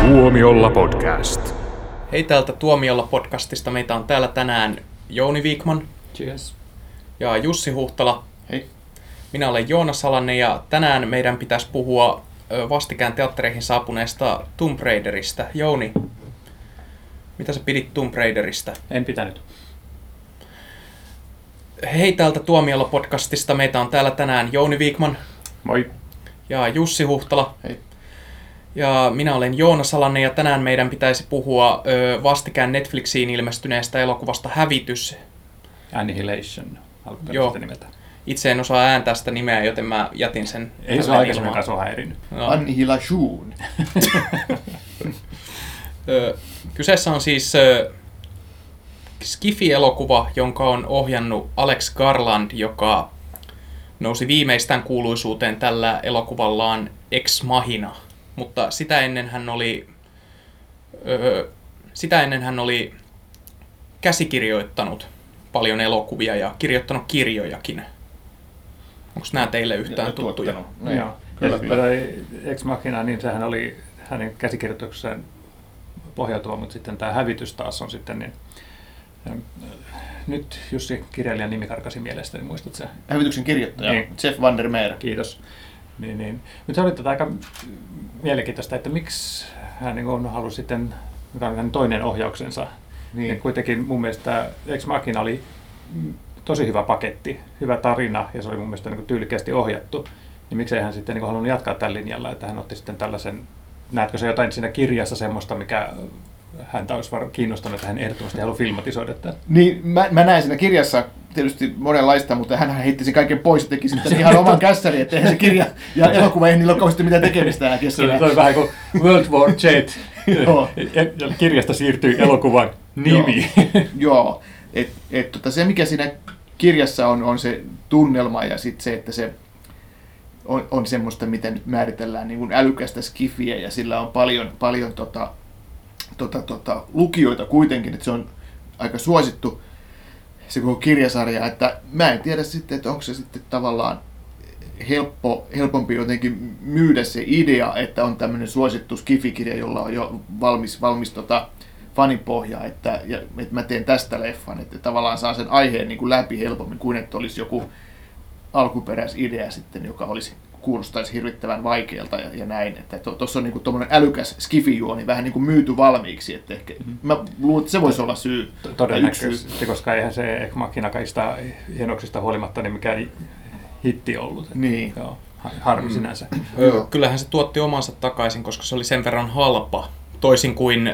Tuomiolla podcast. Hei täältä Tuomiolla podcastista. Meitä on täällä tänään Jouni Vikman. Cheers. Ja Jussi Huhtala. Hei. Minä olen Joona Salanen ja tänään meidän pitäisi puhua vastikään teattereihin saapuneesta Tomb Raiderista. Jouni, mitä sä pidit Tomb Raiderista? En pitänyt. Hei täältä Tuomiolla podcastista. Meitä on täällä tänään Jouni Vikman. Moi. Ja Jussi Huhtala. Hei. Ja minä olen Joona Salanen ja tänään meidän pitäisi puhua vastikään Netflixiin ilmestyneestä elokuvasta Hävitys. Annihilation alkuperäisestä nimeltä. Itse en osaa ääntää sitä nimeä, joten mä jätin sen. Ei se ole aikaisemmin sua häirinyt. No. Annihilation. Kyseessä on siis Skifi-elokuva, jonka on ohjannut Alex Garland, joka nousi viimeistään kuuluisuuteen tällä elokuvallaan Ex Machina. Mutta sitä ennen hän oli käsikirjoittanut paljon elokuvia ja kirjoittanut kirjojakin. Onko nämä teille yhtään tuttuja? No, joo. Ex Machina, niin sehän oli hänen käsikirjoitukseen pohjautuva, mutta sitten tämä Hävitys taas on sitten niin. Nyt Jussi, kirjailijan nimi karkasi mielestäni, muistatko sä? Hävityksen kirjoittaja, niin. Jeff Vandermeer. Kiitos. Niin. Mutta se oli aika mielenkiintoista, että miksi hän niin halusi sitten, mikä oli hänen toinen ohjauksensa. Niin. Ja kuitenkin mun mielestä Ex Machina oli tosi hyvä paketti, hyvä tarina ja se oli mun mielestä niin tyylikkäästi ohjattu. Niin miksei hän sitten niin halunnut jatkaa tällä linjalla, että hän otti sitten tällaisen, näetkö se jotain siinä kirjassa semmoista, mikä häntä olisi kiinnostanut, että hän ehdottomasti haluaa filmatisoida tämän. Niin, mä näen siinä kirjassa tietysti monenlaista, mutta hän heitti sen kaiken pois ja teki sitten ihan oman kässärin, että eihän se kirja ja elokuva ei niillä ole kauheasti mitään tekemistä enää keskenään. Se oli vähän kuin World War Z. Kirjasta siirtyi elokuvan nimi. Joo, se mikä siinä kirjassa on se tunnelma ja sitten se, että se on semmoista, mitä nyt määritellään niin kuin älykästä skifiä ja sillä on paljon lukijoita kuitenkin, että se on aika suosittu se koko kirjasarja, että mä en tiedä sitten, että onko se sitten tavallaan helpompi jotenkin myydä se idea, että on tämmöinen suosittu skifikirja, jolla on jo valmis fanipohja, että mä teen tästä leffan, että tavallaan saa sen aiheen niin kuin läpi helpommin kuin että olisi joku alkuperäisidea sitten, joka kuulostaisi hirvittävän vaikealta ja näin, että tuossa on niin tuommoinen älykäs skifijuoni vähän niin kuin myyty valmiiksi, että ehkä mä luulen, että se voisi olla syy. Todennäköisesti, koska eihän se Ex Machina kaikista hienoksista huolimatta niin mikään hitti ollut. Niin. Joo, harmi sinänsä. Kyllähän se tuotti omansa takaisin, koska se oli sen verran halpa, toisin kuin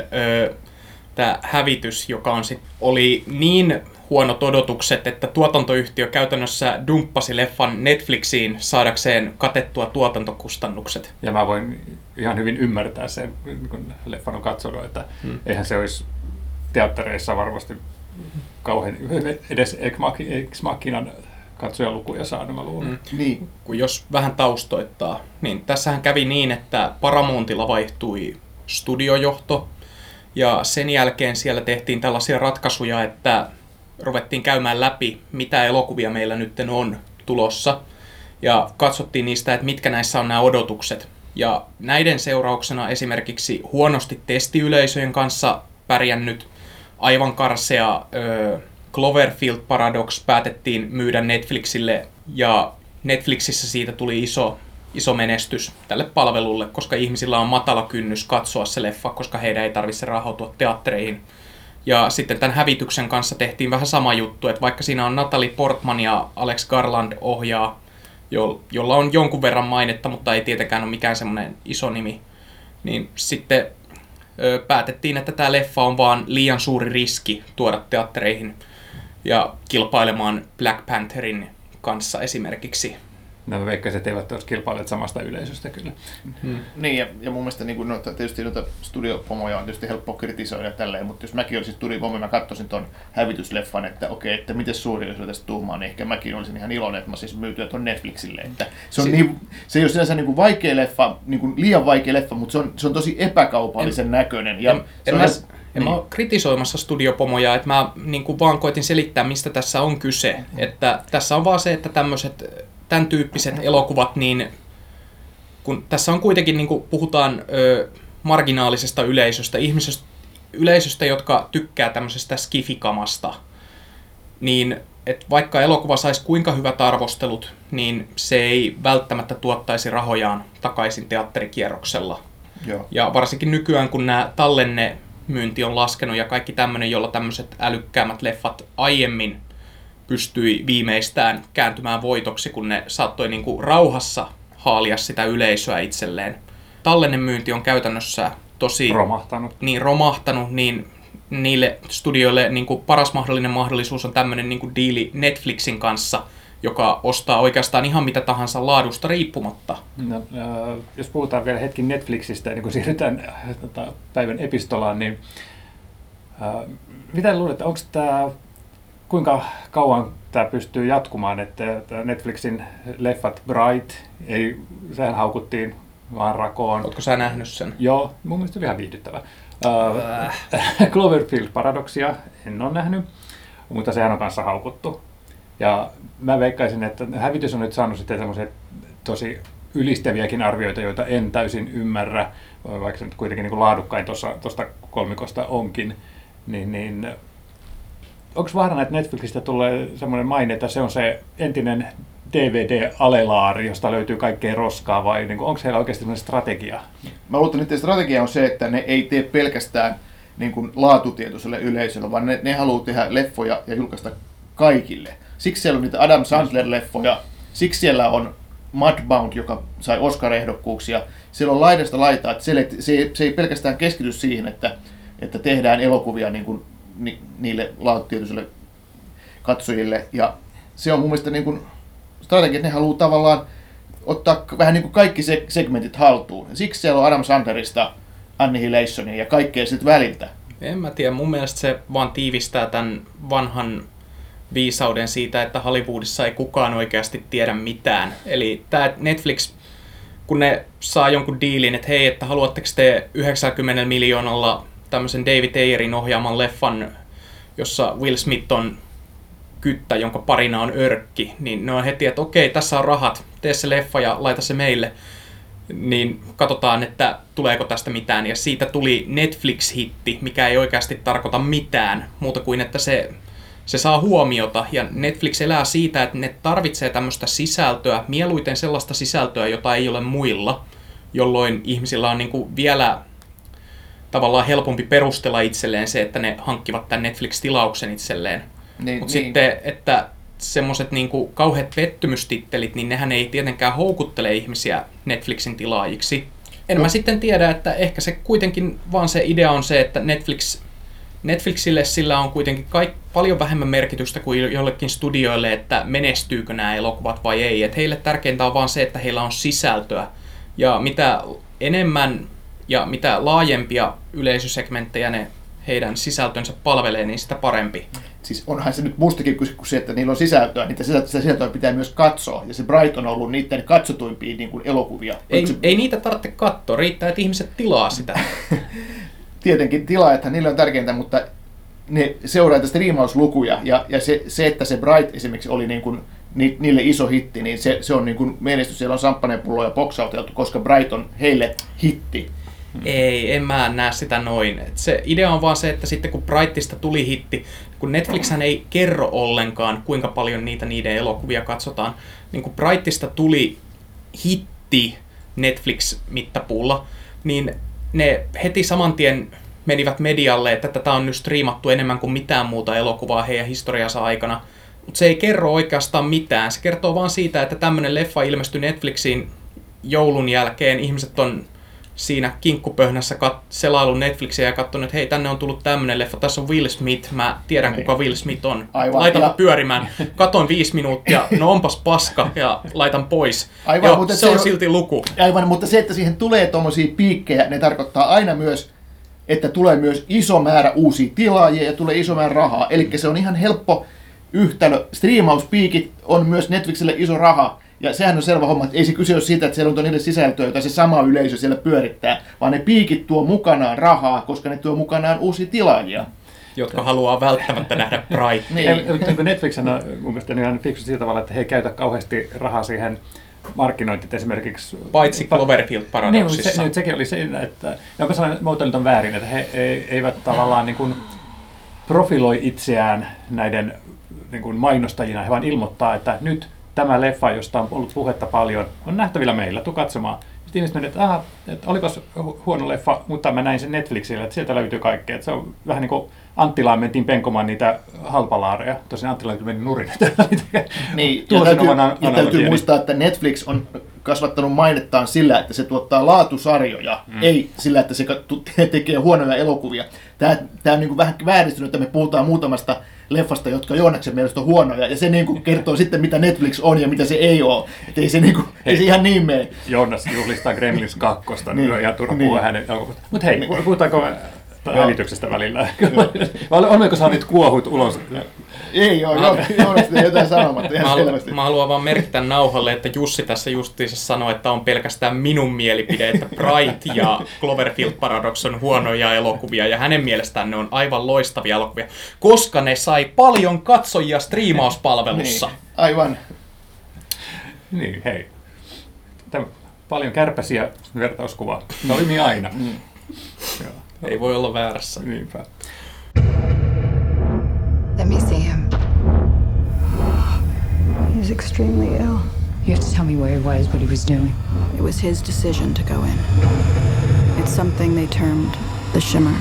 tämä Hävitys, joka oli niin huonot odotukset, että tuotantoyhtiö käytännössä dumppasi leffan Netflixiin saadakseen katettua tuotantokustannukset. Ja mä voin ihan hyvin ymmärtää sen, kun leffan on katsonut, että eihän se olisi teattereissa varmasti kauhean edes Ex Machinan katsojalukuja saanut, mä luulen. Niin. Kun jos vähän taustoittaa, niin tässähän kävi niin, että Paramountilla vaihtui studiojohto, ja sen jälkeen siellä tehtiin tällaisia ratkaisuja, että ruvettiin käymään läpi, mitä elokuvia meillä nyt on tulossa, ja katsottiin niistä, että mitkä näissä on nämä odotukset. Ja näiden seurauksena esimerkiksi huonosti testiyleisöjen kanssa pärjännyt aivan karsea Cloverfield Paradox päätettiin myydä Netflixille, ja Netflixissä siitä tuli iso menestys tälle palvelulle, koska ihmisillä on matala kynnys katsoa se leffa, koska heidän ei tarvitse rahautua teattereihin. Ja sitten tämän Hävityksen kanssa tehtiin vähän sama juttu, että vaikka siinä on Natalie Portman ja Alex Garland ohjaa, jolla on jonkun verran mainetta, mutta ei tietenkään ole mikään semmoinen iso nimi, niin sitten päätettiin, että tämä leffa on vaan liian suuri riski tuoda teattereihin ja kilpailemaan Black Pantherin kanssa esimerkiksi. Nämä veikkaiset eivät olisi kilpailleet samasta yleisöstä kyllä. Niin, ja mun mielestä niin tietysti noita studiopomoja on tietysti helppo kritisoida tälleen, mutta jos mäkin olisin studiopomo, mä katsoisin ton Hävitysleffan, että okei, että miten suuri yleisö tästä tuumaa, niin ehkä mäkin olisin ihan iloinen, että mä siis myytyä ton Netflixille. Että se ei ole sinänsä niin kuin vaikea leffa, niin kuin liian vaikea leffa, mutta se on tosi epäkaupallisen näköinen. En mä ole kritisoimassa studiopomoja, että mä niin kuin vaan koitin selittää, mistä tässä on kyse. Että tässä on vaan se, että tämän tyyppiset elokuvat, niin kun tässä on kuitenkin, niin kuin puhutaan marginaalisesta yleisöstä, jotka tykkää tämmöisestä skifikamasta, niin että vaikka elokuva saisi kuinka hyvät arvostelut, niin se ei välttämättä tuottaisi rahojaan takaisin teatterikierroksella. Joo. Ja varsinkin nykyään, kun nämä tallennemyynti on laskenut ja kaikki tämmöinen, jolla tämmöiset älykkäämät leffat aiemmin pystyi viimeistään kääntymään voitoksi, kun ne saattoi niinku rauhassa haalia sitä yleisöä itselleen. Tallennemyynti on käytännössä tosi romahtanut, niin niille studioille niin kuin paras mahdollinen mahdollisuus on tämmöinen niin kuin diili Netflixin kanssa, joka ostaa oikeastaan ihan mitä tahansa laadusta riippumatta. No, jos puhutaan vielä hetki Netflixistä, niin kun siirrytään päivän epistolaan, niin mitä luulet, onko tämä, kuinka kauan tämä pystyy jatkumaan, että Netflixin leffat Bright, sehän haukuttiin vaan rakoon. Ootko sä nähnyt sen? Joo, mun mielestä oli ihan viihdyttävä. Cloverfield-paradoksia en ole nähnyt, mutta sehän on kanssa haukuttu. Ja mä veikkaisin, että hävitys on nyt saanut sitten semmoisia tosi ylistäviäkin arvioita, joita en täysin ymmärrä, vaikka se nyt kuitenkin niin kuin laadukkain tuosta kolmikosta onkin. Niin, onko vaarana, että Netflixistä tulee semmoinen maine, että se on se entinen DVD-alelaari, josta löytyy kaikkea roskaa, vai niin onko heillä oikeasti sellainen strategia? Mä luulen, että niiden strategia on se, että ne ei tee pelkästään niin kuin laatutietoiselle yleisölle, vaan ne haluaa tehdä leffoja ja julkaista kaikille. Siksi siellä on niitä Adam Sandler-leffoja, siksi siellä on Mudbound, joka sai Oscar-ehdokkuuksia. Siellä on laidasta laitaa, että se ei pelkästään keskity siihen, että tehdään elokuvia niin kuin niille laatutietoisille katsojille. Ja se on mun mielestä niin kuin strategia, että ne haluaa tavallaan ottaa vähän niin kuin kaikki segmentit haltuun. Siksi siellä on Adam Sandlerista Annihilationia ja kaikkea siltä väliltä. En mä tiedä, mun mielestä se vaan tiivistää tämän vanhan viisauden siitä, että Hollywoodissa ei kukaan oikeasti tiedä mitään. Eli tämä Netflix, kun ne saa jonkun diilin, että hei, että haluatteko te 90 miljoonalla tämmöisen David Ayerin ohjaaman leffan, jossa Will Smith on kyttä, jonka parina on örkki, niin ne on heti, että okei, tässä on rahat, tee se leffa ja laita se meille. Niin katsotaan, että tuleeko tästä mitään. Ja siitä tuli Netflix-hitti, mikä ei oikeasti tarkoita mitään muuta kuin, että se saa huomiota. Ja Netflix elää siitä, että ne tarvitsee tämmöistä sisältöä, mieluiten sellaista sisältöä, jota ei ole muilla, jolloin ihmisillä on niinku vielä tavallaan helpompi perustella itselleen se, että ne hankkivat tämän Netflix-tilauksen itselleen. Mutta sitten, että semmoiset niinku kauheat pettymystittelit, niin nehän ei tietenkään houkuttele ihmisiä Netflixin tilaajiksi. Mä sitten tiedä, että ehkä se kuitenkin vaan se idea on se, että Netflixille sillä on kuitenkin paljon vähemmän merkitystä kuin jollekin studioille, että menestyykö nämä elokuvat vai ei. Et heille tärkeintä on vaan se, että heillä on sisältöä. Ja mitä enemmän ja mitä laajempia yleisösegmenttejä ne heidän sisältönsä palvelee, niin sitä parempi. Siis onhan se nyt mustakin kuin se, että niillä on sisältöä, niitä sisältöä pitää myös katsoa. Ja se Bright on ollut niiden katsotuimpia niin kuin elokuvia. Ei niitä tarvitse katsoa, riittää, että ihmiset tilaa sitä. Tietenkin tilaajathan niillä on tärkeintä, mutta ne seuraa tästä striimauslukuja. Ja se, että se Bright esimerkiksi oli niin kuin niille iso hitti, niin se on niin kuin menestys. Siellä on samppanjapulloja boksauteltu, koska Bright on heille hitti. Ei, en mä näe sitä noin. Se idea on vaan se, että sitten kun Brightista tuli hitti, kun Netflixhän ei kerro ollenkaan, kuinka paljon niiden elokuvia katsotaan, niin kun Brightista tuli hitti Netflix-mittapuulla, niin ne heti saman tien menivät medialle, että tätä on nyt striimattu enemmän kuin mitään muuta elokuvaa heidän historiansa aikana. Mutta se ei kerro oikeastaan mitään. Se kertoo vaan siitä, että tämmöinen leffa ilmestyi Netflixiin joulun jälkeen. Ihmiset on siinä kinkkupöhnässä selaillut Netflixiä ja katsonut, että hei, tänne on tullut tämmöinen leffa, tässä on Will Smith, mä tiedän kuka Will Smith on. Laitanpa pyörimään, katon 5 minuuttia, no onpas paska ja laitan pois. Aivan, joo, mutta se on silti luku. Aivan, mutta se, että siihen tulee tommosia piikkejä, ne tarkoittaa aina myös, että tulee myös iso määrä uusia tilaajia ja tulee iso määrä rahaa. Eli se on ihan helppo yhtälö. Striimauspiikit on myös Netflixille iso raha. Ja sehän on selvä homma, että ei se kyse ole siitä, että siellä on niille sisältöä, jota se sama yleisö siellä pyörittää, vaan ne piikit tuo mukanaan rahaa, koska ne tuo mukanaan uusia tilaajia. Jotka haluaa välttämättä nähdä Bright. Niin. Netflix on mun mielestä ihan fiksu sillä tavalla, että he ei käytä kauheasti rahaa siihen markkinointit esimerkiksi... Paitsi Cloverfield Paradoxissa. Niin, sekin oli se, että onko sellainen muotoilu on väärin, että he eivät tavallaan niin kuin profiloi itseään näiden niin kuin mainostajina, he vaan ilmoittaa, että nyt tämä leffa, josta on ollut puhetta paljon, on nähtävillä meillä, tuu katsomaan. Sitten ihmiset menivät, että olipas huono leffa, mutta mä näin sen Netflixillä, että sieltä löytyy kaikkea. Että se on vähän niin kuin Anttilaan mentiin penkomaan niitä halpalaareja. Tosin Anttilaan kyllä meni nurin. Niin, ja täytyy muistaa, että Netflix on kasvattanut mainettaan sillä, että se tuottaa laatusarjoja, ei sillä, että se tekee huonoja elokuvia. Tämä on niin kuin vähän vääristynyt, että me puhutaan muutamasta leffasta, jotka Joonaksen mielestä on huonoja, ja se niin kuin kertoo sitten, mitä Netflix on ja mitä se ei ole. Että ei se, niin kuin, ei se ihan niin mene. Joonas juhlistaa Gremlins 2, niin on ihan turha puhua hänen elokuvasta. Mutta hei, puhutaanko hävityksestä välillä? Olemmeko saaneet kuohut ulos? Ei ole, Joonas jotain sanomatta ihan selvästi. Mä haluan vaan merkitä nauhalle, että Jussi tässä justiinsa sanoi, että on pelkästään minun mielipide, että Bright ja Cloverfield Paradox on huonoja elokuvia, ja hänen mielestään ne on aivan loistavia elokuvia, koska ne sai paljon katsojia striimauspalvelussa. Niin, aivan. Niin, hei. Paljon kärpäsiä vertauskuvaa. Toimii aina. Ei voi olla väärässä. Niinpä. Let me see him. He's extremely ill. You have to tell me where he was, what he was doing. It was his decision to go in. It's something they termed the Shimmer.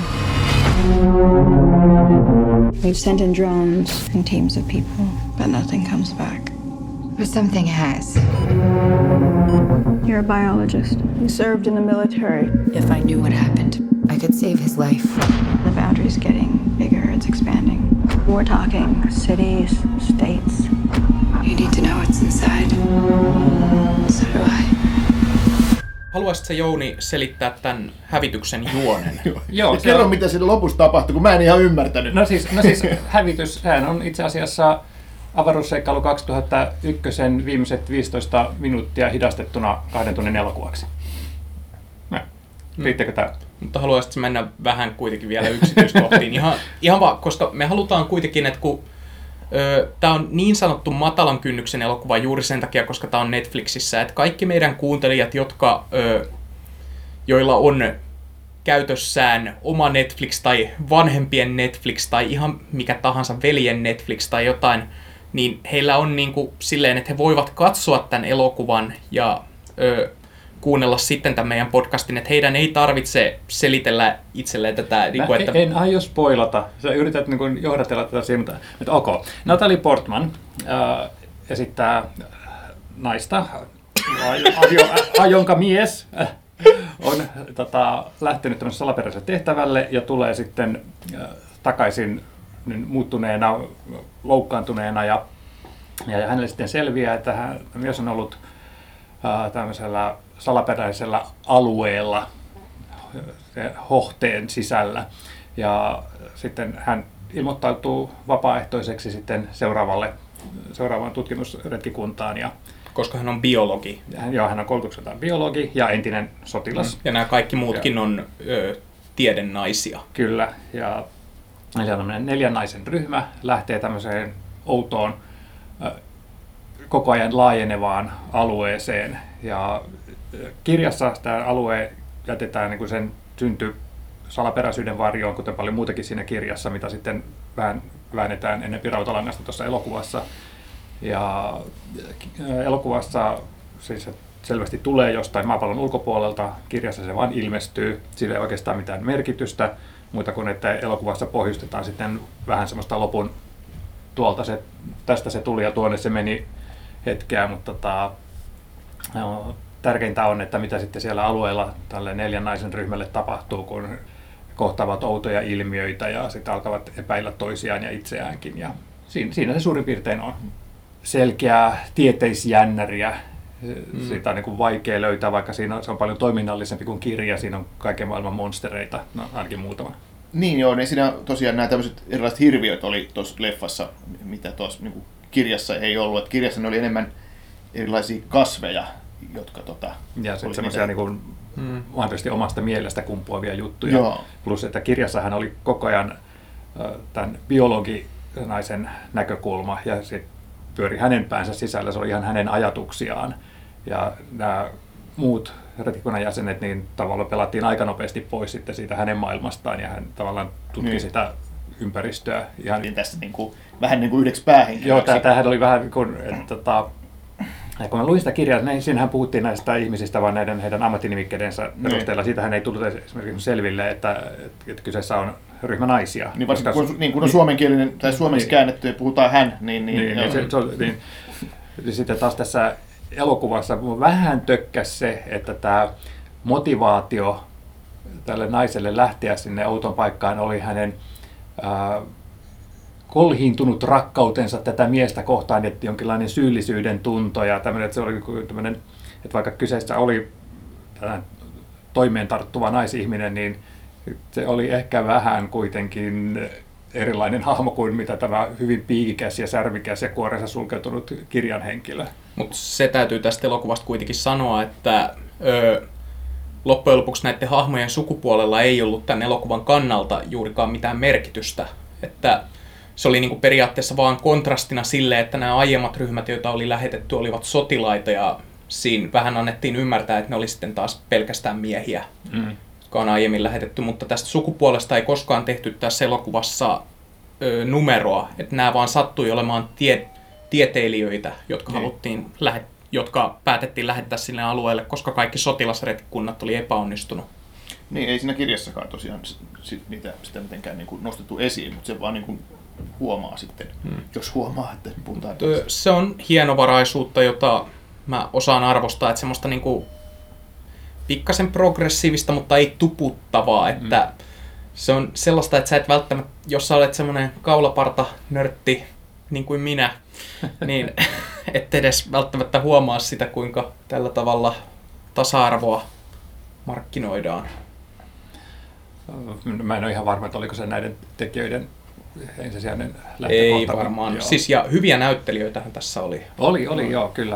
We've sent in drones and teams of people, but nothing comes back. But something has. You're a biologist. You served in the military. If I knew what happened, I could save his life. The boundary's getting bigger, it's expanding. We're talking cities, states. You need to know what's inside. So do I. Haluaisitko Jouni selittää tämän hävityksen juonen? Joo, kerro, mitä siinä lopussa tapahtui, kun mä en ihan ymmärtänyt. No siis hävitys, sehän on itse asiassa Avaruusseikkailu 2001 viimeiset 15 minuuttia hidastettuna 2 tunnin elokuvaksi. Riittikö tämä? Mutta haluaisitko mennä vähän kuitenkin vielä yksityiskohtiin? Ihan vaan, koska me halutaan kuitenkin, että kun tämä on niin sanottu matalan kynnyksen elokuva juuri sen takia, koska tämä on Netflixissä, että kaikki meidän kuuntelijat, joilla on käytössään oma Netflix tai vanhempien Netflix tai ihan mikä tahansa veljen Netflix tai jotain, niin heillä on niin kuin silleen, että he voivat katsoa tämän elokuvan ja kuunnella sitten tämän meidän podcastin, että heidän ei tarvitse selitellä itselleen tätä. En aio spoilata. Sä yrität niin johdatella tätä siihen, mutta ok. Natalie Portman esittää naista, jonka mies on lähtenyt tämmöiselle salaperäiselle tehtävälle ja tulee sitten takaisin muuttuneena, loukkaantuneena ja hänelle sitten selviää, että hän myös on ollut tämmöisellä salaperäisellä alueella hohteen sisällä ja sitten hän ilmoittautuu vapaaehtoiseksi sitten seuraavaan tutkimusretkikuntaan. Koska hän on biologi. Hän on koulutukseltaan biologi ja entinen sotilas. Ja nämä kaikki muutkin on tiedennaisia. Kyllä. Ja eli tämmöinen 4 naisen ryhmä lähtee tämmöiseen outoon koko ajan laajenevaan alueeseen. Ja kirjassa tämä alue jätetään niin kuin sen salaperäisyyden varjoon, kuten paljon muutakin siinä kirjassa, mitä sitten väännetään ennen rautalangasta tuossa elokuvassa. Ja elokuvassa siis selvästi tulee jostain maapallon ulkopuolelta, kirjassa se vaan ilmestyy, sillä ei oikeastaan mitään merkitystä, muuta kuin että elokuvassa pohjustetaan sitten vähän semmoista lopun tästä se tuli ja tuonne se meni hetkeä, mutta tärkeintä on, että mitä sitten siellä alueella tälle 4 naisen ryhmälle tapahtuu, kun kohtaavat outoja ilmiöitä ja sitten alkavat epäillä toisiaan ja itseäänkin. Ja siinä se suurin piirtein on. Selkeää tieteisjännäriä. Siitä on niin kuin vaikea löytää, vaikka se on paljon toiminnallisempi kuin kirja. Siinä on kaiken maailman monstereita, no ainakin muutama. Niin joo, niin siinä tosiaan nämä tämmöiset erilaiset hirviöt oli tuossa leffassa, mitä tuossa niin kirjassa ei ollut. Että kirjassa ne oli enemmän erilaisia kasveja, jotka ja sitten semmoisia niin mahdollisesti omasta mielestä kumpuavia juttuja. Joo. Plus, että kirjassahan oli koko ajan tämän biologinaisen näkökulma ja se pyöri hänen päänsä sisällä, se oli ihan hänen ajatuksiaan. Ja nämä muut retikunnan jäsenet niin tavallaan pelattiin aika nopeasti pois sitten siitä hänen maailmastaan ja hän tavallaan tutki sitä ympäristöä. Ihan tässä vähän niin kuin yhdeksi päähenkilöksi. Joo, tämähän oli vähän kuin, että kun mä luin sitä kirjaa, niin siinähän puhuttiin näistä ihmisistä vaan heidän ammattinimikkeidensä perusteella. Siitähän ei tullut esimerkiksi selville, että kyseessä on ryhmä naisia. Niin varsinkin kun on suomenkielinen tai suomeksi käännetty ja puhutaan hän, sitten taas tässä elokuvassa vähän tökkäsi se, että tämä motivaatio tälle naiselle lähteä sinne outon paikkaan oli hänen kolhiintunut rakkautensa tätä miestä kohtaan, että jonkinlainen syyllisyyden tunto ja tämmöinen, että se oli tämmöinen, että vaikka kyseessä oli toimeen tarttuva naisihminen, niin se oli ehkä vähän kuitenkin erilainen hahmo kuin mitä tämä hyvin piikikäs ja särmikäs ja kuorensa sulkeutunut kirjan henkilö. Mutta se täytyy tästä elokuvasta kuitenkin sanoa, että loppujen lopuksi näiden hahmojen sukupuolella ei ollut tämän elokuvan kannalta juurikaan mitään merkitystä. Että se oli niinku periaatteessa vaan kontrastina sille, että nämä aiemmat ryhmät, joita oli lähetetty, olivat sotilaita ja siinä vähän annettiin ymmärtää, että ne oli sitten taas pelkästään miehiä, jotka on aiemmin lähetetty. Mutta tästä sukupuolesta ei koskaan tehty tässä elokuvassa numeroa, että nämä vaan sattui olemaan tieteilijöitä, jotka jotka päätettiin lähettää sinne alueelle, koska kaikki sotilasretikunnat oli epäonnistunut. Niin, ei siinä kirjassakaan tosiaan sitä mitenkään nostettu esiin, mutta se vaan huomaa sitten, jos huomaa, että puhutaan. Se on hienovaraisuutta, jota mä osaan arvostaa, että semmoista pikkasen progressiivista, mutta ei tuputtavaa, että se on sellaista, että sä et välttämättä, jos sä olet semmoinen kaulaparta-nörtti, niin kuin minä, niin et edes välttämättä huomaa sitä, kuinka tällä tavalla tasa-arvoa markkinoidaan. Mä en ole ihan varma, että oliko se näiden tekijöiden ensisijainen lähtökohta. Ei varmaan. Siis, ja hyviä näyttelijöitähän tässä oli. Oli joo, kyllä.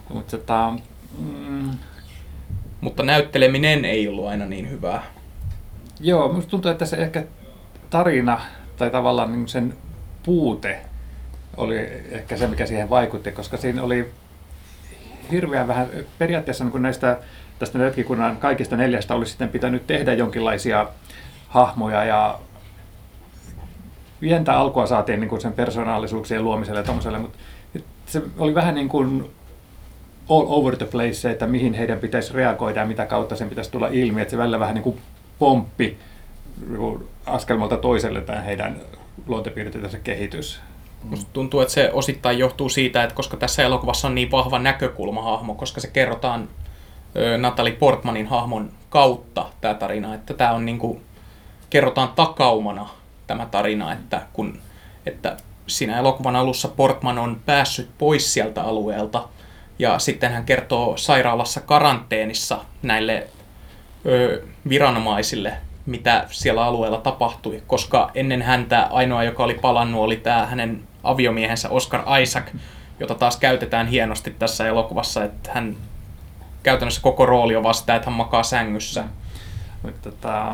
Mutta näytteleminen ei ollut aina niin hyvää. Joo, minusta tuntuu, että se ehkä tarina tai tavallaan sen puute oli ehkä se, mikä siihen vaikutti, koska siinä oli hirveän vähän, periaatteessa tästä retkikunnan kaikista 4 olisi sitten pitänyt tehdä jonkinlaisia hahmoja ja pientä alkua saatiin sen persoonallisuuksien luomiselle ja tommoselle, mutta se oli vähän niin kuin all over the place, että mihin heidän pitäisi reagoida ja mitä kautta sen pitäisi tulla ilmi, että se välillä vähän niin kuin pomppi askelmalta toiselle tämän heidän luontepiirteidensä kehitys. Musta tuntuu, että se osittain johtuu siitä, että koska tässä elokuvassa on niin vahva näkökulmahahmo, koska se kerrotaan Natalie Portmanin hahmon kautta tämä tarina, että tämä on kerrotaan takaumana tämä tarina, että siinä elokuvan alussa Portman on päässyt pois sieltä alueelta ja sitten hän kertoo sairaalassa karanteenissa näille viranomaisille, mitä siellä alueella tapahtui, koska ennen häntä ainoa, joka oli palannut, oli tämä hänen aviomiehensä Oscar Isaac, jota taas käytetään hienosti tässä elokuvassa, että hän käytännössä koko rooli on vasta, että hän makaa sängyssä. Tämä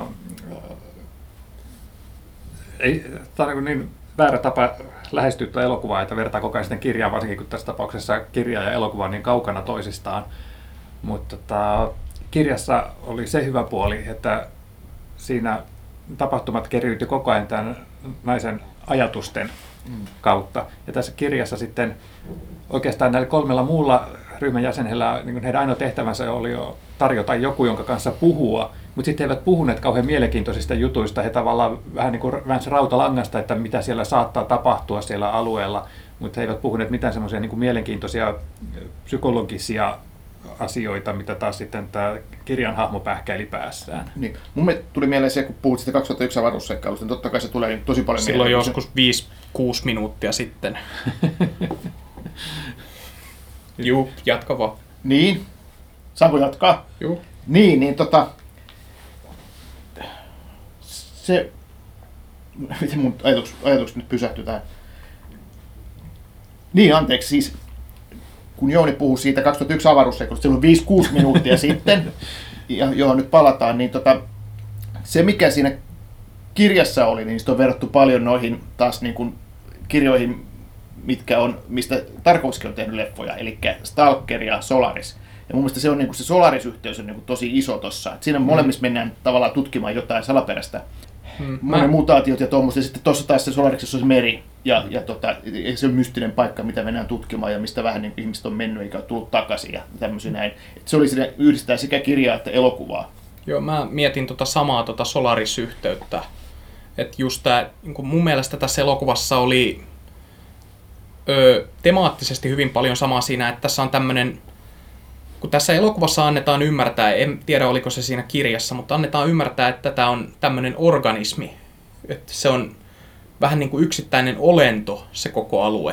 on niin väärä tapa lähestyä elokuvaa, että vertaa koko ajan sitten kirjaa, varsinkin kun tässä tapauksessa kirja ja elokuva on niin kaukana toisistaan. Mutta kirjassa oli se hyvä puoli, että siinä tapahtumat keriytyi koko ajan tämän naisen ajatusten kautta. Ja tässä kirjassa sitten oikeastaan näillä 3 muulla ryhmän jäsenellä niin heidän ainoa tehtävänsä oli jo tarjota joku, jonka kanssa puhua, mutta sitten he eivät puhuneet kauhean mielenkiintoisista jutuista. He tavallaan vähän niin kuin väänsi rautalangasta, että mitä siellä saattaa tapahtua siellä alueella, mutta he eivät puhuneet mitään semmoisia niin kuin mielenkiintoisia psykologisia asioita, mitä taas sitten tämä kirjan hahmo pähkäili päässään. Niin. Mun mielestä tuli mieleen se, kun puhut sitä 2001 avaruusseikkailusta, niin totta kai se tulee tosi paljon silloin joskus 5-6 minuuttia sitten. Juu, jatka vaan. Niin. Saanko jatkaa? Juu. Niin se, miten mun ajatukset nyt pysähtyi tähän? Niin, anteeksi, siis kun Jouni puhui siitä 2001 avaruusseikkailusta silloin 5-6 minuuttia sitten, johon nyt palataan, niin se mikä siinä kirjassa oli, niin sitä on verrattu paljon noihin taas niin kuin kirjoihin, mistä Tarkovski on tehnyt leffoja, eli Stalker ja Solaris. Ja mun mielestä se on niin kuin se Solaris-yhteys on niin kuin tosi iso tossa. Siinä molemmissa mennään tavallaan tutkimaan jotain salaperäistä. Monen mutaatiot ja tuommoista. Ja sitten tuossa taas se Solariksessa on se meri. Ja se on mystinen paikka, mitä mennään tutkimaan ja mistä vähän niin kuin ihmiset on mennyt eikä ole tullut takaisin ja tämmöisiä näin. Et se oli siinä yhdistää sekä kirjaa että elokuvaa. Joo, mä mietin samaa Solaris-yhteyttä. Että just tää, niin mun mielestä tässä elokuvassa oli temaattisesti hyvin paljon samaa siinä, että tässä on tämmöinen, kun tässä elokuvassa annetaan ymmärtää, en tiedä oliko se siinä kirjassa, mutta annetaan ymmärtää, että tämä on tämmöinen organismi, että se on vähän niin kuin yksittäinen olento, se koko alue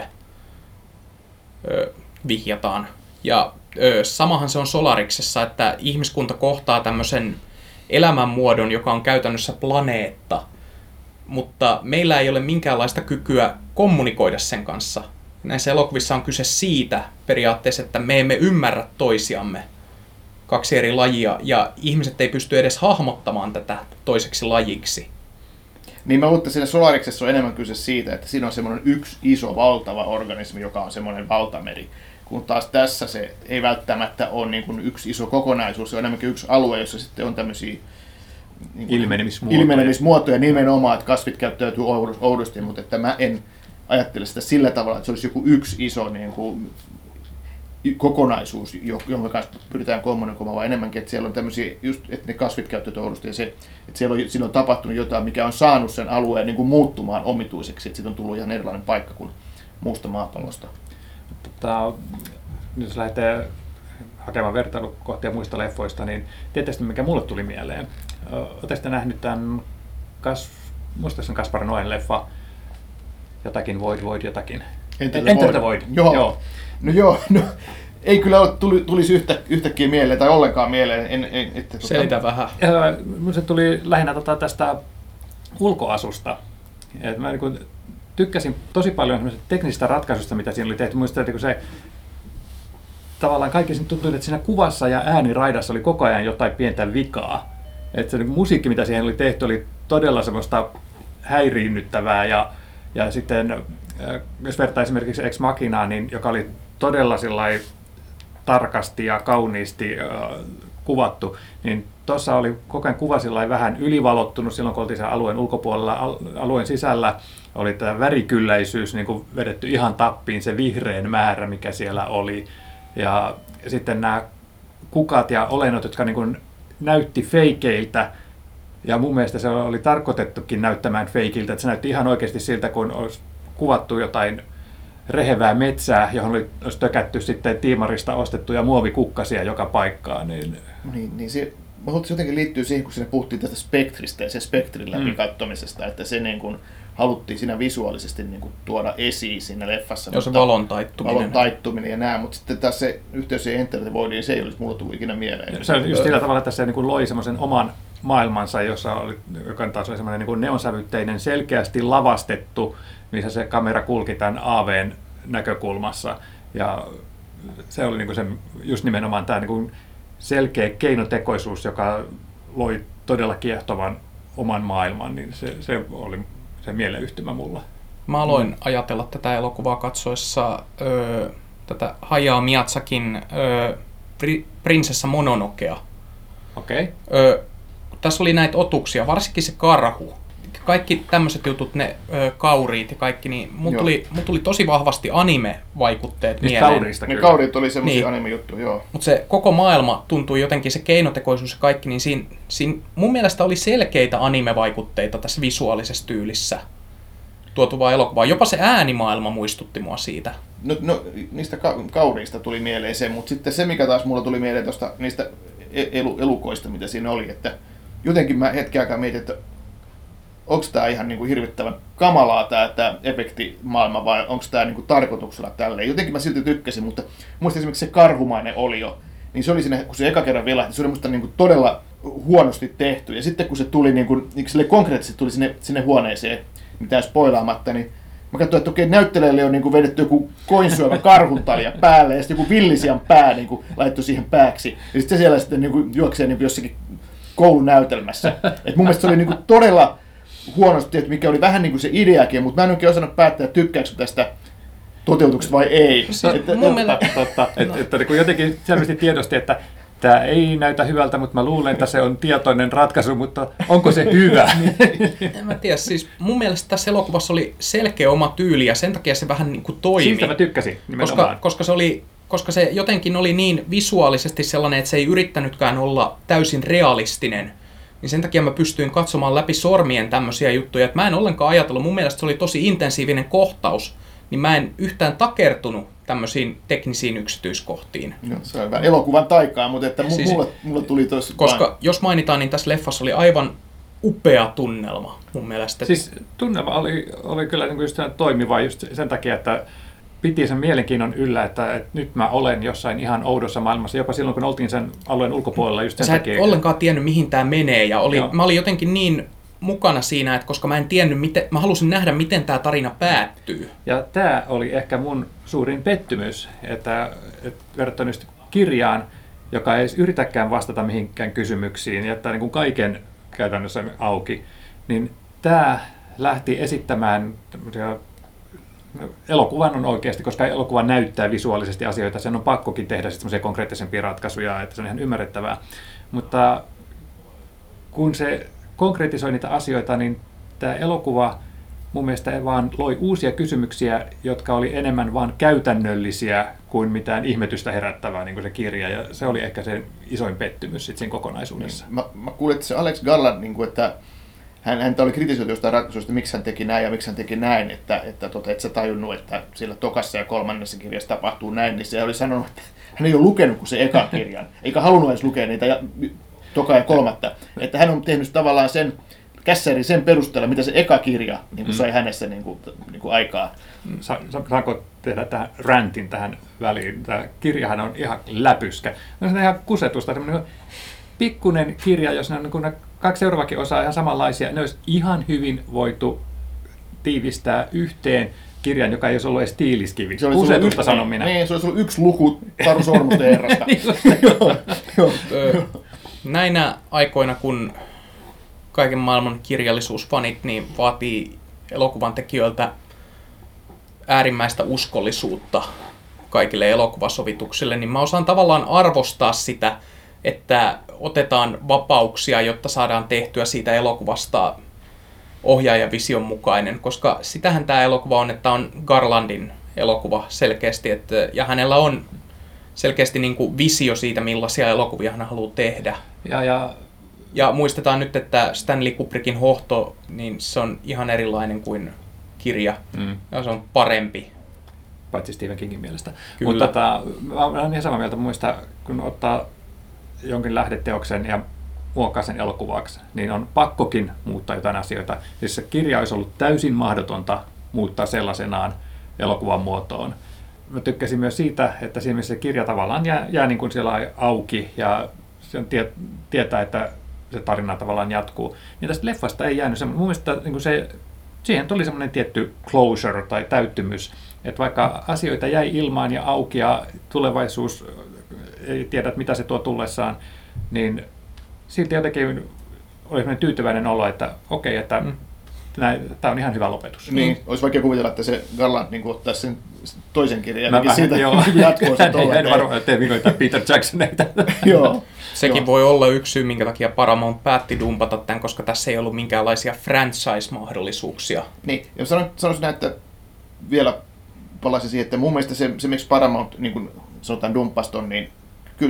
vihjataan. Ja samahan se on Solariksessa, että ihmiskunta kohtaa tämmöisen elämänmuodon, joka on käytännössä planeetta, mutta meillä ei ole minkäänlaista kykyä kommunikoida sen kanssa. Näissä elokuvissa on kyse siitä periaatteessa, että me emme ymmärrä toisiamme, kaksi eri lajia, ja ihmiset ei pysty edes hahmottamaan tätä toiseksi lajiksi. Niin mä luulen, että siinä Solariksessa on enemmän kyse siitä, että siinä on semmoinen yksi iso valtava organismi, joka on semmoinen valtameri. Kun taas tässä se ei välttämättä ole niin kuin yksi iso kokonaisuus, se on enemmänkin yksi alue, jossa sitten on tämmöisiä niin ilmenemismuotoja nimenomaan, että kasvit käyttäytyy oudosti, mutta että mä en ajattele sitä sillä tavalla, että se olisi joku yksi iso niin kuin kokonaisuus, jonka kanssa pyritään kommunikoimaan, vaan enemmänkin, että siellä on tämmöisiä, just, että ne kasvit käyttäytyy oudosti ja se, että siinä on tapahtunut jotain, mikä on saanut sen alueen niin kuin muuttumaan omituiseksi, että siitä on tullut ihan erilainen paikka kuin muusta maapallosta. Nyt jos lähdetään hakemaan vertailukohtia muista leffoista, niin tietysti mikä mulle tuli mieleen. Oletteko nähnyt tämän, muistaakseni Gaspar Noén leffa, jotakin Void jotakin? Enter the Void. Joo. No ei kyllä tulisi yhtäkkiä mieleen tai ollenkaan mieleen. Selitä vähän. Se tuli lähinnä tästä ulkoasusta. Et mä niin tykkäsin tosi paljon teknisistä ratkaisusta, mitä siinä oli tehty. Muistan, että se tavallaan kaikki tuntui, että siinä kuvassa ja ääniraidassa oli koko ajan jotain pientä vikaa. Että se musiikki, mitä siihen oli tehty, oli todella semmoista häiriinnyttävää. Ja sitten, jos vertaa esimerkiksi Ex Machinaa, niin, joka oli todella tarkasti ja kauniisti kuvattu, niin tuossa oli koko ajan kuva vähän ylivalottunut silloin, kun oltiin sen alueen ulkopuolella, alueen sisällä. Oli tämä värikylläisyys niin kuin vedetty ihan tappiin, se vihreän määrä, mikä siellä oli. Ja sitten nämä kukat ja olennot, jotka niin kuin näytti feikeiltä. Ja mun mielestä se oli tarkoitettukin näyttämään feikiltä, että se näytti ihan oikeasti siltä, kun olisi kuvattu jotain rehevää metsää, johon olisi tökätty sitten tiimarista ostettuja muovikukkasia joka paikkaan. Niin se jotenkin liittyy siihen, kun siinä puhuttiin tästä spektristä ja se spektrin läpi katsomisesta, että se niin kuin haluttiin siinä visuaalisesti niin kuin tuoda esiin siinä leffassa. Joo, se valon taittuminen ja nämä, mutta sitten taas se yhteys Enter the Voidiin, se ei olisi mulla tullut ikinä mieleen. Se on just sillä tavalla, että se niin kuin loi semmoisen oman maailmansa, joka taas oli semmoinen niin kuin neonsävytteinen, selkeästi lavastettu, missä se kamera kulki tämän AV:n näkökulmassa. Ja se oli niin kuin se, just nimenomaan tämä niin kuin selkeä keinotekoisuus, joka loi todella kiehtovan oman maailman, niin se oli se mieleyhtymä mulla. Mä aloin ajatella tätä elokuvaa katsoessa tätä Hayao Miyazakin Prinsessa Mononokea. Okei. Tässä oli näitä otuksia, varsinkin se karhu. Kaikki tämmöiset jutut, ne kauriit ja kaikki, niin mun tuli tosi vahvasti anime-vaikutteet mieleen. Ne kauriit oli semmoisia anime-juttuja, joo. Mutta se koko maailma tuntui jotenkin, se keinotekoisuus ja kaikki, niin siinä mun mielestä oli selkeitä anime-vaikutteita tässä visuaalisessa tyylissä tuotuvaa elokuvaa. Jopa se äänimaailma muistutti mua siitä. No niistä kauriista tuli mieleen se, mutta sitten se, mikä taas mulla tuli mieleen niistä elukoista, mitä siinä oli, että jotenkin mä hetken aikaa mietin, että onko tämä ihan niin kuin hirvittävän kamalaa tämä efektimaailma vai onko tämä niin kuin tarkoituksella tälleen. Jotenkin mä silti tykkäsin, mutta muistin esimerkiksi se karhumainen olio, niin se oli siinä, kun se eka kerran vilahti, se oli musta niin kuin todella huonosti tehty. Ja sitten kun se tuli niin kuin konkreettisesti tuli sinne huoneeseen, mitään spoilaamatta, niin mä katsoin, että okei, näyttelijälle on niin kuin vedetty joku koinsyövä karhuntalja päälle ja sitten joku villisian pää niin kuin laittoi siihen pääksi. Ja sitten se siellä sitten niin kuin juoksee niin kuin jossakin koulunäytelmässä. Et mun mielestä se oli niin kuin todella huonosti, että mikä oli vähän niin kuin se ideakin, mutta mä en oikein osannut päättää, tykkääkö tästä toteutukset vai ei. Mun mielestä... Totta. Että kun jotenkin selvästi tiedosti, että tämä ei näytä hyvältä, mutta mä luulen, että se on tietoinen ratkaisu, mutta onko se hyvä? En mä tiedä, siis mun mielestä tässä elokuvassa oli selkeä oma tyyli ja sen takia se vähän niin kuin toimi. Siitä mä tykkäsin nimenomaan. Koska se jotenkin oli niin visuaalisesti sellainen, että se ei yrittänytkään olla täysin realistinen, niin sen takia mä pystyin katsomaan läpi sormien tämmöisiä juttuja, että mä en ollenkaan ajatellut, mun mielestä se oli tosi intensiivinen kohtaus, niin mä en yhtään takertunut tämmöisiin teknisiin yksityiskohtiin. No, se on hyvä elokuvan taikaa, mutta että mulle tuli tosi... Koska jos mainitaan, niin tässä leffassa oli aivan upea tunnelma mun mielestä. Siis tunnelma oli kyllä niin kuin just toimiva just sen takia, että piti sen mielenkiinnon yllä, että nyt mä olen jossain ihan oudossa maailmassa, jopa silloin kun oltiin sen alueen ulkopuolella just sen takia. Sä et ollenkaan tiennyt, mihin tämä menee, ja mä olin jotenkin niin mukana siinä, että koska mä en tiennyt, mä halusin nähdä, miten tämä tarina päättyy. Ja tämä oli ehkä mun suurin pettymys, että verrattuna just kirjaan, joka ei yritäkään vastata mihinkään kysymyksiin, jättää niin kuin kaiken käytännössä auki, niin tämä lähti esittämään elokuvan on oikeasti, koska elokuva näyttää visuaalisesti asioita, sen on pakkokin tehdä semmoisia konkreettisempia ratkaisuja, että se on ihan ymmärrettävää. Mutta kun se konkretisoi niitä asioita, niin tämä elokuva mun mielestä vaan loi uusia kysymyksiä, jotka oli enemmän vaan käytännöllisiä kuin mitään ihmetystä herättävää, niin kuin se kirja. Ja se oli ehkä se isoin pettymys sitten siinä kokonaisuudessa. Mä kuulin, että se Alex Garland, niin kuin, että häntä oli kritisoitu jostain ratkaisuista, miksi hän teki näin ja miksi hän teki näin, että et sä tajunnut, että siellä tokassa ja kolmannessa kirjassa tapahtuu näin, niin se oli sanonut, että hän ei ole lukenut kuin se eka kirjan, eikä halunnut edes lukea niitä toka ja kolmatta, että hän on tehnyt tavallaan sen kässärin sen perusteella, mitä se eka kirja niin kuin sai hänessä niin kuin aikaa. Saanko tehdä tähän rantin tähän väliin? Tämä kirjahan on ihan läpyskä. Se on ihan kusetusta, semmoinen pikkunen kirja, jos ne on niin kaksi seuraavakin osaa ihan samanlaisia, ne olisi ihan hyvin voitu tiivistää yhteen kirjan, joka ei olisi ollut edes tiiliskivi. Kusetusta sanon minä. Niin, se olisi ollut yksi luku Taru Sormusten herrasta. Näinä aikoina, kun kaiken maailman kirjallisuusfanit niin vaatii elokuvan tekijöiltä äärimmäistä uskollisuutta kaikille elokuvasovituksille, niin mä osaan tavallaan arvostaa sitä, että otetaan vapauksia, jotta saadaan tehtyä siitä elokuvasta ohjaajan vision mukainen, koska sitähän tämä elokuva on, että on Garlandin elokuva selkeästi, ja hänellä on selkeästi niin kuin visio siitä, millaisia elokuvia hän haluaa tehdä. Ja muistetaan nyt, että Stanley Kubrickin Hohto, niin se on ihan erilainen kuin kirja, ja se on parempi. Paitsi Stephen Kingin mielestä. Kyllä. Mutta mä olen ihan samaa mieltä, muista, kun ottaa jonkin lähdeteoksen ja muokkaa sen elokuvaksi, niin on pakkokin muuttaa jotain asioita. Siis se kirja olisi ollut täysin mahdotonta muuttaa sellaisenaan elokuvan muotoon. Mä tykkäsin myös siitä, että siinä missä se kirja tavallaan jää niin kuin siellä auki ja se on tietää, että se tarina tavallaan jatkuu. Niin tästä leffasta ei jäänyt semmoinen. Mun mielestä niin kuin siihen tuli semmoinen tietty closure tai täyttymys, että vaikka asioita jäi ilmaan ja auki ja tulevaisuus ei tiedä, mitä se tuo tullessaan, niin silti jotenkin oli sellainen tyytyväinen olo, että okei, että tämä on ihan hyvä lopetus. Niin, olisi vaikea kuvitella, että se Garland niin ottaisi sen toisen kirjan ja siitä jatkoa sen tolleen. En varmaan tee vinoita Peter Jacksoneita. Joo. Sekin voi olla yksi syy, minkä takia Paramount päätti dumpata tämän, koska tässä ei ollut minkäänlaisia franchise-mahdollisuuksia. Niin, ja sanoisin näin, että vielä palaisin siihen, että mun mielestä se miksi Paramount, niin kuin sanotaan, dumppasi ton, niin kyllä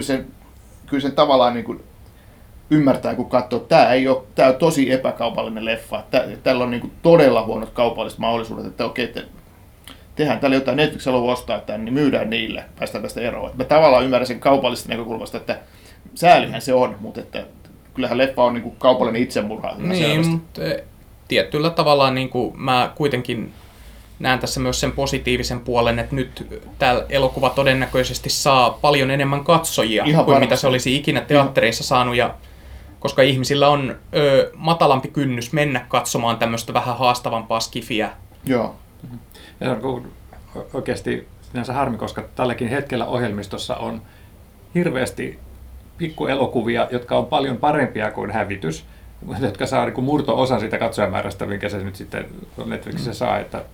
sen tavallaan niin kuin ymmärtää, kun katsoo, että tämä on tosi epäkaupallinen leffa. Tällä on niin kuin todella huonot kaupalliset mahdollisuudet, että okei, tehdään täällä jotain, Netflix haluaa ostaa tämän, niin myydään niille, päästään tästä eroon. Mä tavallaan ymmärrän sen kaupallisesta näkökulmasta, että säälihän se on, mutta että kyllähän leffa on niin kuin kaupallinen itsemurha. Niin, mutta tietyllä tavalla niin kuin mä kuitenkin näen tässä myös sen positiivisen puolen, että nyt tämä elokuva todennäköisesti saa paljon enemmän katsojia ihan kuin varmasti. mitä se olisi ikinä teattereissa saanut, ja koska ihmisillä on matalampi kynnys mennä katsomaan tämmöistä vähän haastavampaa skifiä. Joo. Ja se on oikeasti sinänsä harmi, koska tälläkin hetkellä ohjelmistossa on hirveästi pikkuelokuvia, jotka on paljon parempia kuin Hävitys, jotka saa niin murto-osan siitä katsojamäärästä, minkä se nyt sitten Netflixissä saa. Että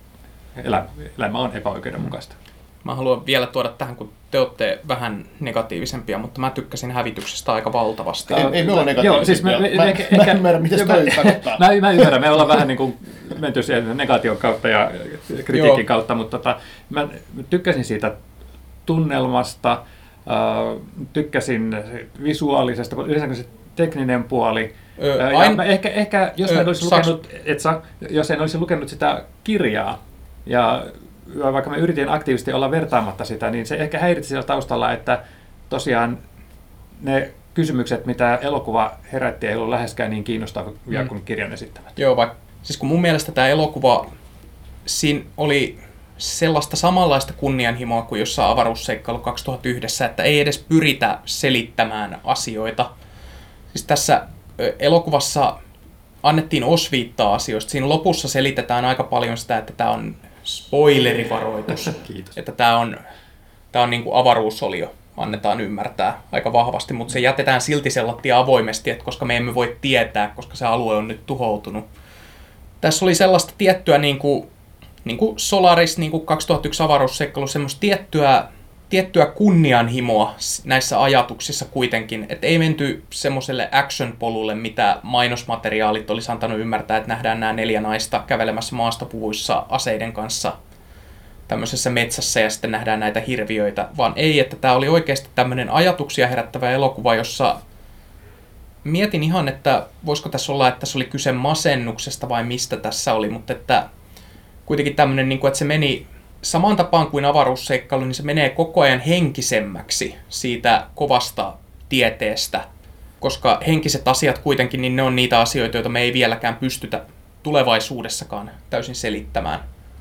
elämä on epäoikeudenmukaista. Mä haluan vielä tuoda tähän, kun te olette vähän negatiivisempia, mutta mä tykkäsin hävityksestä aika valtavasti. Ei me olla negatiivisempia. Mä ymmärrän, miten toi tarkoittaa. Mä ymmärrän, me ollaan vähän niin kuin menty siihen negaation kautta ja kritiikin kautta, mutta mä tykkäsin siitä tunnelmasta, tykkäsin visuaalisesta, yleensä se tekninen puoli. Ehkä jos en olisi lukenut sitä kirjaa, ja vaikka mä yritin aktiivisesti olla vertaamatta sitä, niin se ehkä häiritsi siellä taustalla, että tosiaan ne kysymykset, mitä elokuva herätti, ei ollut läheskään niin kiinnostavia kuin kirjan esittämät. Joo, siis kun mun mielestä tämä elokuva, siinä oli sellaista samanlaista kunnianhimoa kuin jossain avaruusseikkailu 2001, että ei edes pyritä selittämään asioita. Siis tässä elokuvassa annettiin osviittaa asioista. Siinä lopussa selitetään aika paljon sitä, että tämä on spoilerivaroitus. Kiitos. Että tämä on niin kuin avaruusolio, annetaan ymmärtää aika vahvasti, mutta se jätetään silti sellattiin avoimesti, että koska me emme voi tietää, koska se alue on nyt tuhoutunut. Tässä oli sellaista tiettyä, niin kuin Solaris, niin kuin 2001 avaruusseikkailu, semmoista tiettyä kunnianhimoa näissä ajatuksissa kuitenkin, että ei menty semmoiselle action-polulle, mitä mainosmateriaalit olisi antanut ymmärtää, että nähdään nämä 4 naista kävelemässä maastopuvuissa aseiden kanssa tämmöisessä metsässä ja sitten nähdään näitä hirviöitä, vaan ei, että tämä oli oikeasti tämmöinen ajatuksia herättävä elokuva, jossa mietin ihan, että voisiko tässä olla, että tässä oli kyse masennuksesta vai mistä tässä oli, mutta että kuitenkin tämmöinen, että se meni samaan tapaan kuin avaruusseikkailu, niin se menee koko ajan henkisemmäksi siitä kovasta tieteestä, koska henkiset asiat kuitenkin, niin ne on niitä asioita, joita me ei vieläkään pystytä tulevaisuudessakaan täysin selittämään.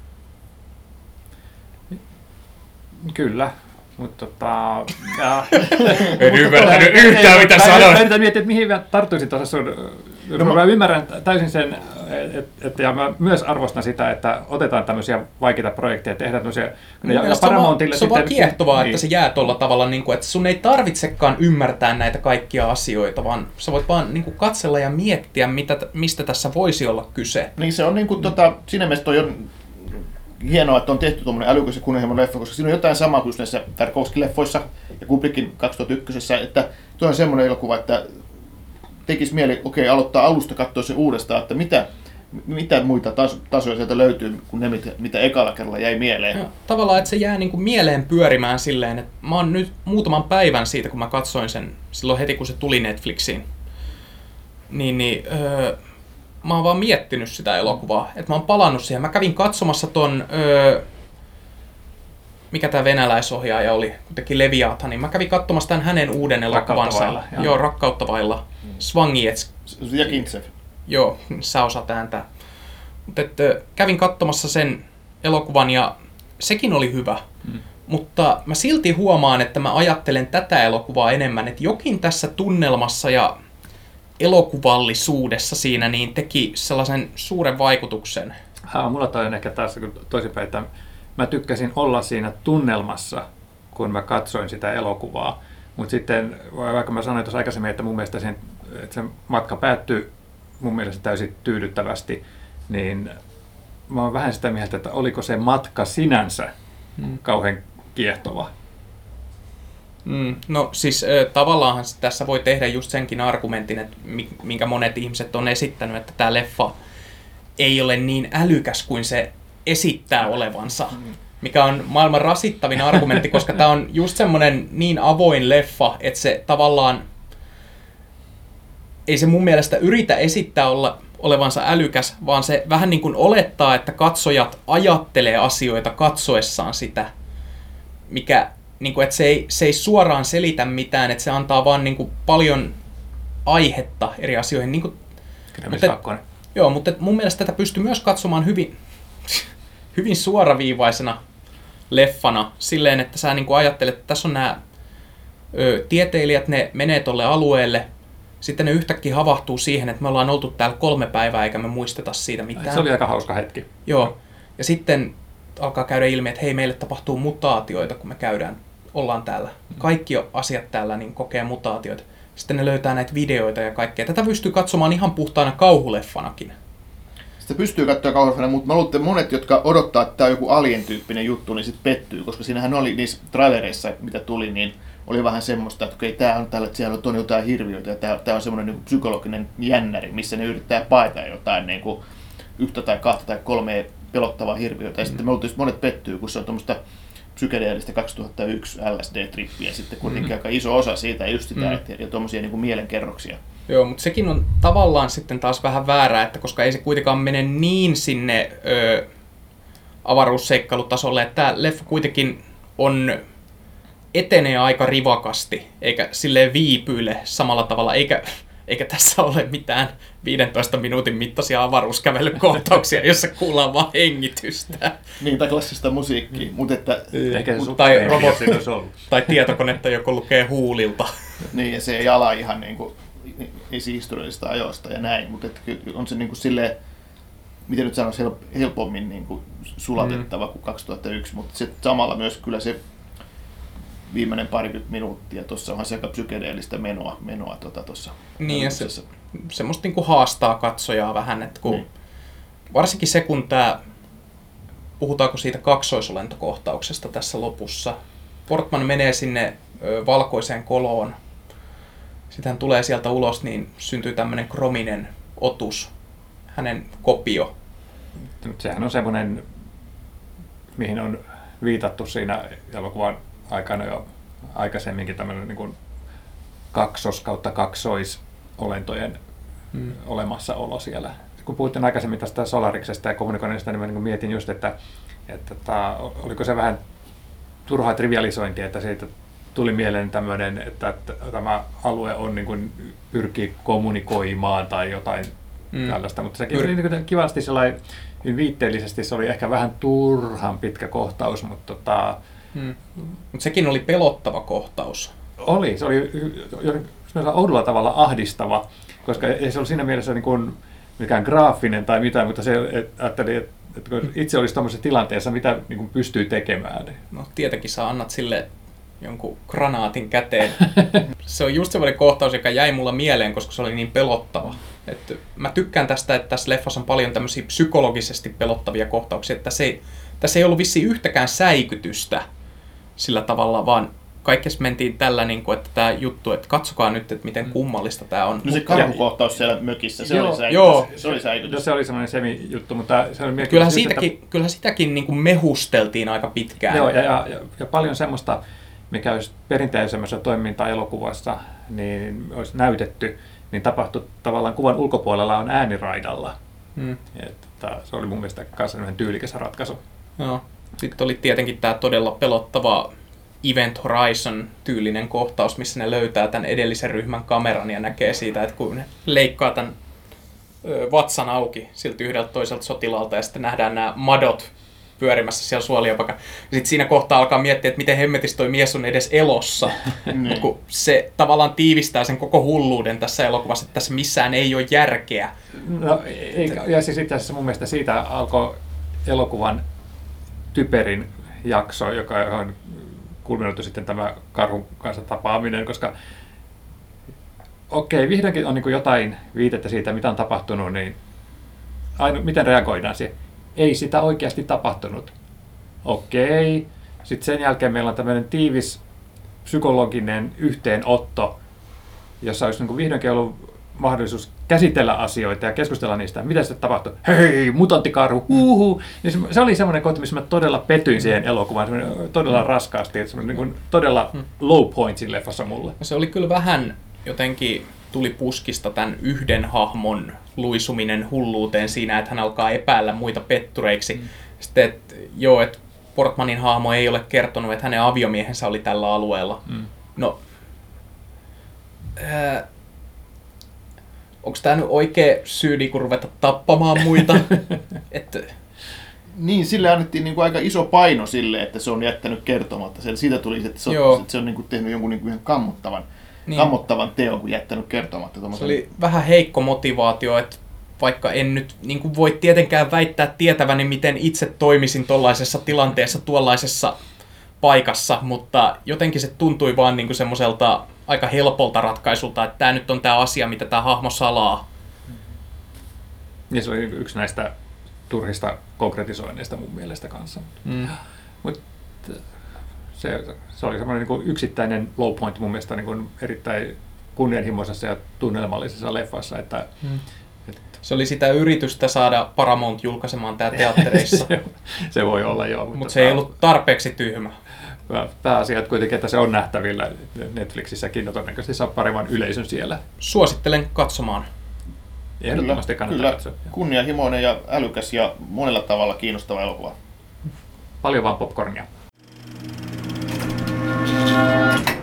Kyllä, mutta en ymmärtänyt yhtään, mitä sanoit. Mä yritän miettiä, että mihin mä tarttuisin tuossa sun. Mä ymmärrän täysin sen, ja mä myös arvostan sitä, että otetaan tämmöisiä vaikeita projekteja, tehdään tämmöisiä. Se on vaan kiehtovaa, että se jää tuolla tavalla, että sun ei tarvitsekaan ymmärtää näitä kaikkia asioita, vaan sä voit vaan katsella ja miettiä, mistä tässä voisi olla kyse. Niin se on siinä mielessä toi on hienoa, että on tehty tuommoinen älykäs ja kunnianhimoinen leffa, koska siinä on jotain samaa kuin näissä Tarkovsky-leffoissa ja Kubrickin 2001, että tuo on semmoinen elokuva, että tekisi mieli aloittaa alusta, katsoa se uudestaan, että mitä muita tasoja sieltä löytyy kuin ne, mitä ekalla kerralla jäi mieleen. Ja, tavallaan, että se jää mieleen pyörimään silleen, että mä oon nyt muutaman päivän siitä, kun mä katsoin sen silloin heti, kun se tuli Netflixiin, mä oon vaan miettinyt sitä elokuvaa, että mä oon palannut siihen. Mä kävin katsomassa ton, mikä tää venäläisohjaaja oli, kun teki Leviathanin. Mä kävin katsomassa tämän hänen uuden elokuvansa. Joo, Rakkautta vailla. Svangiets. Ja Kintsev. Joo, sä osaat ääntää. Mutta kävin katsomassa sen elokuvan ja sekin oli hyvä. Mutta mä silti huomaan, että mä ajattelen tätä elokuvaa enemmän, että jokin tässä tunnelmassa ja elokuvallisuudessa siinä niin teki sellaisen suuren vaikutuksen. Mulla toi on ehkä taas toisinpäin, että mä tykkäsin olla siinä tunnelmassa, kun mä katsoin sitä elokuvaa. Mutta sitten, vaikka mä sanoin tuossa aikaisemmin, että mun mielestä että se matka päättyi mun mielestä täysin tyydyttävästi, niin mä oon vähän sitä mieltä, että oliko se matka sinänsä kauhean kiehtova. No siis tavallaanhan tässä voi tehdä just senkin argumentin, että minkä monet ihmiset on esittänyt, että tämä leffa ei ole niin älykäs kuin se esittää olevansa, mikä on maailman rasittavin argumentti, koska tämä on just semmoinen niin avoin leffa, että se tavallaan ei se mun mielestä yritä esittää olevansa älykäs, vaan se vähän niin kuin olettaa, että katsojat ajattelee asioita katsoessaan sitä, mikä niin kuin, että se ei suoraan selitä mitään, että se antaa vaan niin kuin paljon aihetta eri asioihin. Niin kuin, mutta mun mielestä tätä pystyy myös katsomaan hyvin suoraviivaisena leffana, silleen, että sä niin kuin ajattelet, että tässä on nämä tieteilijät, ne menee tolle alueelle, sitten ne yhtäkkiä havahtuu siihen, että me ollaan oltu täällä 3 päivää eikä me muisteta siitä mitään. Se oli aika hauska hetki. Joo, ja sitten alkaa käydä ilmi, että hei, meille tapahtuu mutaatioita, kun me ollaan täällä. Kaikki asiat täällä niin kokee mutaatioita. Sitten ne löytää näitä videoita ja kaikkea. Tätä pystyy katsomaan ihan puhtaana kauhuleffanakin. sitä pystyy katsoa kauhueleffana, mutta mä luulen, että monet, jotka odottaa, että tämä on joku Alien-tyyppinen juttu, niin sitten pettyy, koska siinähän oli niissä trailereissa, mitä tuli, niin oli vähän semmoista, että okei, tämä on tällä, että siellä on jotain hirviöitä, ja tämä on semmoinen niin psykologinen jännäri, missä ne yrittää paeta jotain niin kuin yhtä tai kahta tai kolmea pelottavaa hirviötä, ja sitten me luultiin, että monet pettyy, kun se on tuommoista psykedeellistä 2001 LSD-trippiä, sitten kuitenkin aika iso osa siitä just sitä, ja tuommoisia niin kuin mielenkerroksia. Joo, mutta sekin on tavallaan sitten taas vähän väärää, että koska ei se kuitenkaan mene niin sinne avaruusseikkailutasolle, että tämä leffa kuitenkin etenee aika rivakasti, eikä silleen viipyle samalla tavalla, eikä tässä ole mitään 15 minuutin mittaisia avaruuskävelykohtauksia, jossa kuullaan vaan hengitystä. Niin, tai klassista musiikkia, mutta että... Ehkä se tai tietokonetta, joka lukee huulilta. Niin, ja se ei ala ihan niin kuin historiallisista ajoista ja näin, mutta on se niin kuin silleen, miten nyt sanoisi, helpommin niin kuin sulatettava kuin 2001, mutta se samalla myös kyllä se viimeinen parikymmentä minuuttia, tuossa onhan se aika psykedeellistä menoa tuossa. Niin, ja semmoista niin kuin haastaa katsojaa vähän, että kun, varsinkin se, kun puhutaanko siitä kaksoisolentokohtauksesta tässä lopussa. Portman menee sinne valkoiseen koloon, sitten hän tulee sieltä ulos, niin syntyy tämmöinen krominen otus, hänen kopio. Sehän on semmoinen, mihin on viitattu siinä elokuvan aikana jo aikaisemminkin, tämmöinen niin kuin kaksoisolentojen olemassaolo siellä. Kun puhuttiin aikaisemmin tästä Solariksesta ja kommunikoinnista, niin mä niin mietin just, että oliko se vähän turhaa trivialisointia, että siitä tuli mieleen tämmöinen, että tämä alue on niin kuin pyrkii kommunikoimaan tai jotain tällaista, mutta sekin oli niin kivasti sellainen viitteellisesti, se oli ehkä vähän turhan pitkä kohtaus, mutta Mutta sekin oli pelottava kohtaus. Se oli oudolla tavalla ahdistava, koska ei se ollut siinä mielessä niin kuin mikään graafinen tai mitään, mutta se ajatteli, että kun itse olisi tuollaisessa tilanteessa, mitä niin kuin pystyy tekemään. No tietenkin sä annat sille jonkun granaatin käteen. Se on just semmoinen kohtaus, joka jäi mulla mieleen, koska se oli niin pelottava. Että mä tykkään tästä, että tässä leffassa on paljon tämmöisiä psykologisesti pelottavia kohtauksia. Että tässä ei ollut vissiin yhtäkään säikytystä sillä tavalla, vaan kaikessa mentiin tällä, että tämä juttu, että katsokaa nyt, että miten kummallista tämä on. No se karhukohtaus siellä mökissä, se oli säikytys. Joo. Se oli säikytys. Se oli semmoinen semi-juttu, mutta se oli kyllähän sitäkin niin kuin mehusteltiin aika pitkään. Joo, ja paljon semmoista, mikä olisi perinteisemmässä toiminta-elokuvassa, niin olisi näytetty, niin tapahtui tavallaan kuvan ulkopuolella on ääniraidalla. Se oli mun mielestä myös tyylikäs ratkaisu. Joo. Sitten oli tietenkin tämä todella pelottava Event Horizon-tyylinen kohtaus, missä ne löytää tämän edellisen ryhmän kameran ja näkee siitä, että kun ne leikkaa tämän vatsan auki siltä yhdeltä toiselta sotilaalta ja sitten nähdään nämä madot pyörimässä siellä suoliopakalla. Sitten siinä kohtaa alkaa miettiä, että miten hemmetissä toi mies on edes elossa. Kun se tavallaan tiivistää sen koko hulluuden tässä elokuvassa, että tässä missään ei ole järkeä. No, ja siis itse asiassa mun mielestä siitä alkoi elokuvan typerin jakso, joka on kulminoitu sitten tämä karhun kanssa tapaaminen, koska vihdoinkin on niin kuin jotain viitettä siitä, mitä on tapahtunut, niin miten reagoidaan siihen? Ei sitä oikeasti tapahtunut. Sitten sen jälkeen meillä on tämmöinen tiivis psykologinen yhteenotto, jossa olisi niin kuin vihdoinkin ollut mahdollisuus käsitellä asioita ja keskustella niistä, mitä sitten tapahtui. Hei, mutanttikarhu, Se oli semmoinen kohta, missä mä todella petyin siihen elokuvaan, todella raskaasti, niin kuin todella low point siinä leffassa mulle. Se oli kyllä vähän jotenkin tuli puskista tämän yhden hahmon luisuminen hulluuteen siinä, että hän alkaa epäillä muita pettureiksi. Sitten, että Portmanin hahmo ei ole kertonut, että hänen aviomiehensä oli tällä alueella. No, onko tämä nyt oikea syy kun ruveta tappamaan muita? Niin, sille annettiin niin kuin aika iso paino sille, että se on jättänyt kertomatta. Siitä tuli, että se on niin kuin tehnyt jonkun niin kuin ihan kammottavan teon, kun jättänyt kertomatta. Se oli vähän heikko motivaatio, että vaikka en nyt niin kuin voi tietenkään väittää tietäväni, miten itse toimisin tuollaisessa tilanteessa, tuollaisessa paikassa, mutta jotenkin se tuntui vaan niin kuin semmoiselta aika helpolta ratkaisulta, että tämä nyt on tämä asia, mitä tämä hahmo salaa. Ja se oli yksi näistä turhista konkretisoinneista mun mielestä kanssa. Mut se oli semmoinen niin yksittäinen low point mun mielestä niin erittäin kunnianhimoisessa ja tunnelmallisessa leffassa. Se oli sitä yritystä saada Paramount julkaisemaan tämä teattereissa. Se voi olla, joo. Mutta se ei ollut tarpeeksi tyhmä. Pääasiat kuitenkin, että se on nähtävillä Netflixissäkin ja todennäköisesti saa paremman yleisön siellä. Suosittelen katsomaan. Ehdottomasti kannattaa katsoa. Kunnianhimoinen ja älykäs ja monella tavalla kiinnostava elokuva. Paljon vaan popcornia.